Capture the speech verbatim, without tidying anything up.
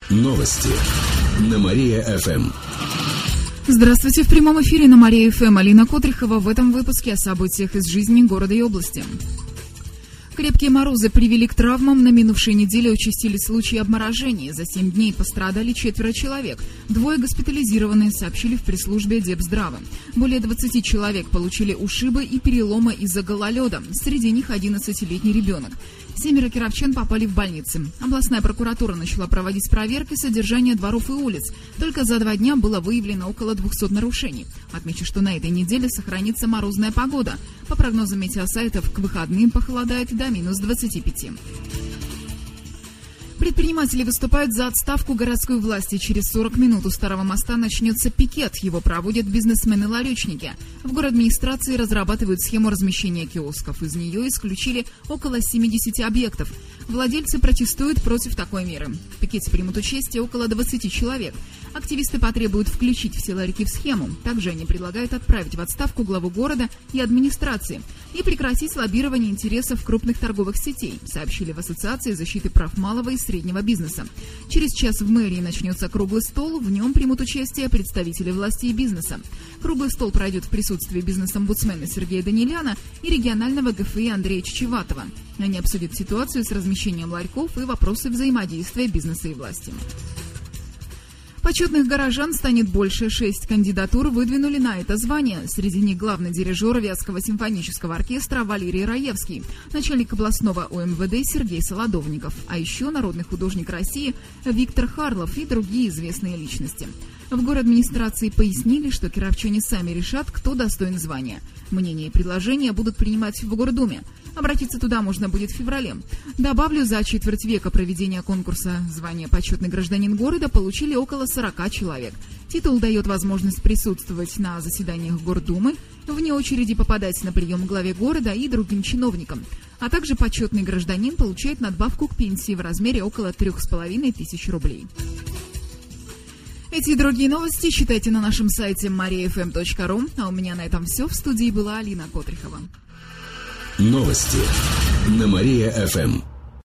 Новости на Мария-ФМ. Здравствуйте, в прямом эфире на Мария-ФМ Алина Котрихова. В этом выпуске о событиях из жизни города и области. Крепкие морозы привели к травмам. На минувшей неделе участились случаи обморожения. За семь дней пострадали четверо человек. Двое госпитализированы, сообщили в пресс-службе Депздрава. Более двадцати человек получили ушибы и переломы из-за гололеда. Среди них одиннадцатилетний ребенок. Семеро кировчан попали в больницы. Областная прокуратура начала проводить проверки содержания дворов и улиц. Только за два дня было выявлено около двухсот нарушений. Отмечу, что на этой неделе сохранится морозная погода. По прогнозам метеосайтов, к выходным похолодает до минус двадцати пяти. Предприниматели выступают за отставку городской власти. Через сорок минут у Старого моста начнется пикет. Его проводят бизнесмены-ларечники. В городадминистрации разрабатывают схему размещения киосков. Из нее исключили около семидесяти объектов. Владельцы протестуют против такой меры. В пикете примут участие около двадцати человек. Активисты потребуют включить все ларьки в схему. Также они предлагают отправить в отставку главу города и администрации и прекратить лоббирование интересов крупных торговых сетей, сообщили в Ассоциации защиты прав малого и среднего бизнеса. Через час в мэрии начнется круглый стол. В нем примут участие представители власти и бизнеса. Круглый стол пройдет в присутствии бизнес-омбудсмена Сергея Даниляна и регионального ГФИ Андрея Чичеватова. Они обсудят ситуацию с размещением ларьков и вопросы взаимодействия бизнеса и власти. Почетных горожан станет больше. Шесть кандидатур выдвинули на это звание. Среди них главный дирижер Вятского симфонического оркестра Валерий Раевский, начальник областного ОМВД Сергей Солодовников, а еще народный художник России Виктор Харлов и другие известные личности. В городадминистрации пояснили, что кировчане сами решат, кто достоин звания. Мнения и предложения будут принимать в Гордуме. Обратиться туда можно будет в феврале. Добавлю, за четверть века проведения конкурса звания «Почетный гражданин города» получили около сорока человек. Титул дает возможность присутствовать на заседаниях Гордумы, вне очереди попадать на прием к главе города и другим чиновникам. А также почетный гражданин получает надбавку к пенсии в размере около трех с половиной тысяч рублей. Эти и другие новости читайте на нашем сайте мария эф эм точка ру. А у меня на этом все. В студии была Алина Котрихова. Новости на Мария-ФМ.